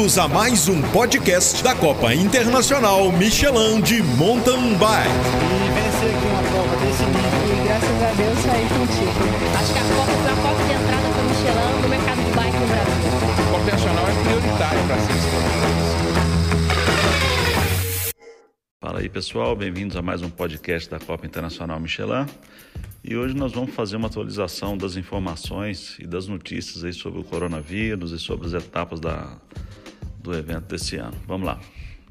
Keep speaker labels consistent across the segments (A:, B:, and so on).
A: Bem-vindos a mais um podcast da Copa Internacional Michelin de Mountain Bike.
B: E vencer aqui uma prova desse nível.
C: E graças a Deus saí contigo.
D: Acho que a Copa foi a porta de entrada para o Michelin no mercado de bike no Brasil.
B: A Copa Internacional é prioritária para ser.
E: Fala aí, pessoal, bem-vindos a mais um podcast da Copa Internacional Michelin. E hoje nós vamos fazer uma atualização das informações e das notícias aí sobre o coronavírus e sobre as etapas do evento desse ano. Vamos lá.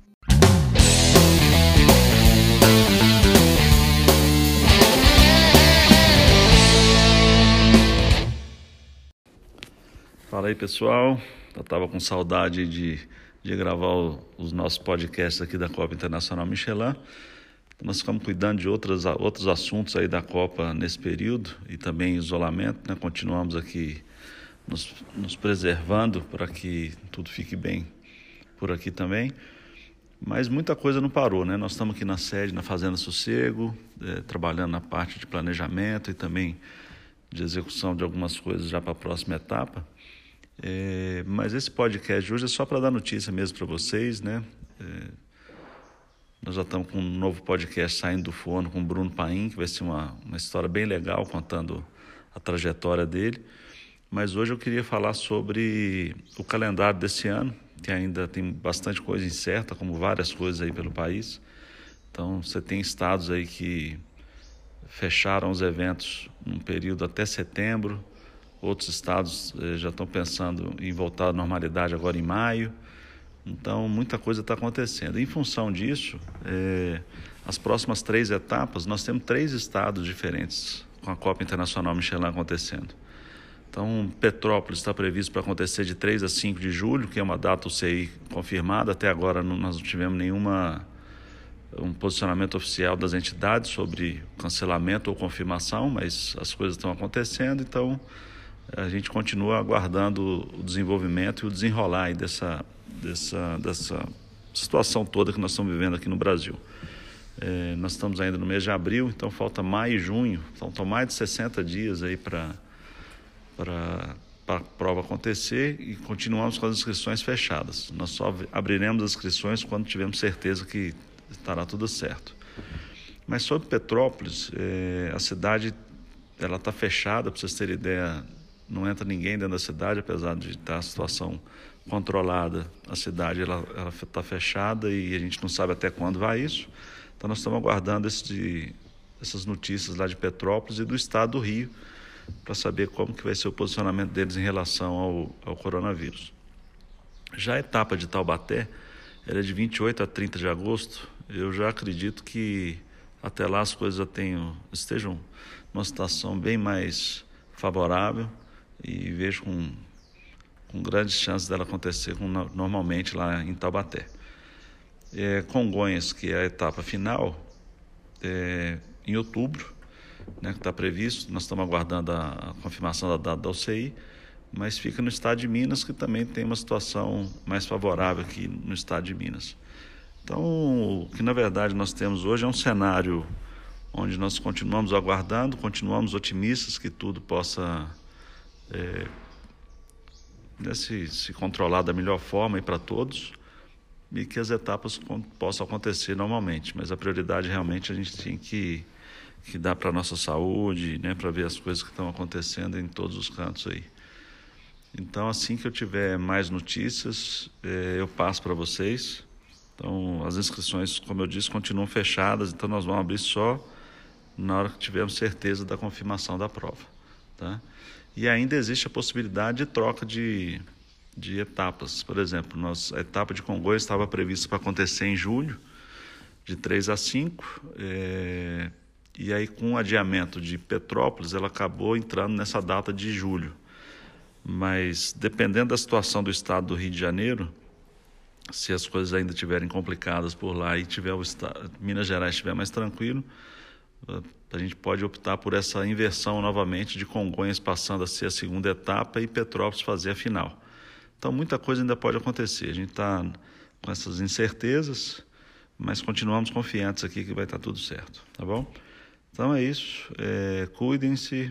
E: Fala aí, pessoal. Eu estava com saudade de gravar os nossos podcasts aqui da Copa Internacional Michelin. Nós ficamos cuidando de outros assuntos aí da Copa nesse período e também isolamento, né? Continuamos aqui nos preservando para que tudo fique bem por aqui também. Mas muita coisa não parou, né? Nós estamos aqui na sede, na Fazenda Sossego, trabalhando na parte de planejamento e também de execução de algumas coisas já para a próxima etapa. Mas esse podcast de hoje é só para dar notícia mesmo para vocês, né? Nós já estamos com um novo podcast saindo do forno com o Bruno Paim, que vai ser uma história bem legal, contando a trajetória dele. Mas hoje eu queria falar sobre o calendário desse ano, que ainda tem bastante coisa incerta, como várias coisas aí pelo país. Então, você tem estados aí que fecharam os eventos num período até setembro, outros estados já estão pensando em voltar à normalidade agora em maio. Então, muita coisa está acontecendo. Em função disso, as próximas 3 etapas, nós temos 3 estados diferentes com a Copa Internacional Michelin acontecendo. Então, Petrópolis está previsto para acontecer de 3 a 5 de julho, que é uma data UCI confirmada. Até agora nós não tivemos um posicionamento oficial das entidades sobre cancelamento ou confirmação, mas as coisas estão acontecendo, então a gente continua aguardando o desenvolvimento e o desenrolar aí dessa situação toda que nós estamos vivendo aqui no Brasil. Nós estamos ainda no mês de abril, então falta maio e junho, faltam mais de 60 dias aí para a prova acontecer e continuamos com as inscrições fechadas. Nós só abriremos as inscrições quando tivermos certeza que estará tudo certo. Mas sobre Petrópolis, a cidade ela está fechada, para vocês terem ideia, não entra ninguém dentro da cidade, apesar de estar a situação controlada. A cidade ela está fechada e a gente não sabe até quando vai isso. Então nós estamos aguardando essas notícias lá de Petrópolis e do estado do Rio para saber como que vai ser o posicionamento deles em relação ao coronavírus. Já a etapa de Taubaté, ela é de 28 a 30 de agosto. Eu já acredito que até lá as coisas estejam numa situação bem mais favorável e vejo com grandes chances dela acontecer normalmente lá em Taubaté. Congonhas, que é a etapa final, em outubro, né, que está previsto. Nós estamos aguardando a confirmação da data da UCI, mas fica no estado de Minas, que também tem uma situação mais favorável aqui no estado de Minas. Então, o que na verdade nós temos hoje é um cenário onde nós continuamos aguardando, continuamos otimistas que tudo possa se controlar da melhor forma e para todos, e que as etapas possam acontecer normalmente. Mas a prioridade realmente a gente tem que dar para a nossa saúde, né, para ver as coisas que estão acontecendo em todos os cantos aí. Então, assim que eu tiver mais notícias, eu passo para vocês. Então, as inscrições, como eu disse, continuam fechadas, então nós vamos abrir só na hora que tivermos certeza da confirmação da prova, tá? E ainda existe a possibilidade de troca de etapas. Por exemplo, a etapa de Congonhas estava prevista para acontecer em julho, de 3 a 5, e aí com o adiamento de Petrópolis, ela acabou entrando nessa data de julho. Mas dependendo da situação do estado do Rio de Janeiro, se as coisas ainda estiverem complicadas por lá e Minas Gerais estiver mais tranquilo, a gente pode optar por essa inversão novamente de Congonhas passando a ser a segunda etapa e Petrópolis fazer a final. Então muita coisa ainda pode acontecer. A gente está com essas incertezas, mas continuamos confiantes aqui que vai estar tudo certo, tá bom? Então é isso, cuidem-se,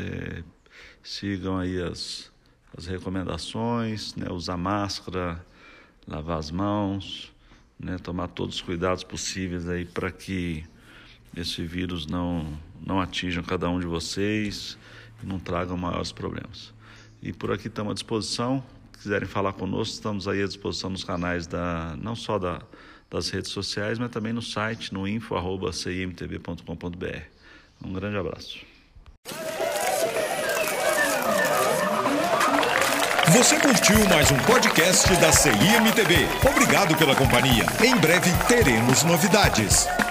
E: sigam aí as recomendações, né? Usar máscara, lavar as mãos, né, tomar todos os cuidados possíveis aí para que esse vírus não atinja cada um de vocês e não traga maiores problemas. E por aqui estamos à disposição. Se quiserem falar conosco, estamos aí à disposição nos canais não só das redes sociais, mas também no site, no info@cimtv.com.br. Um grande abraço.
A: Você curtiu mais um podcast da CIMTV. Obrigado pela companhia. Em breve teremos novidades.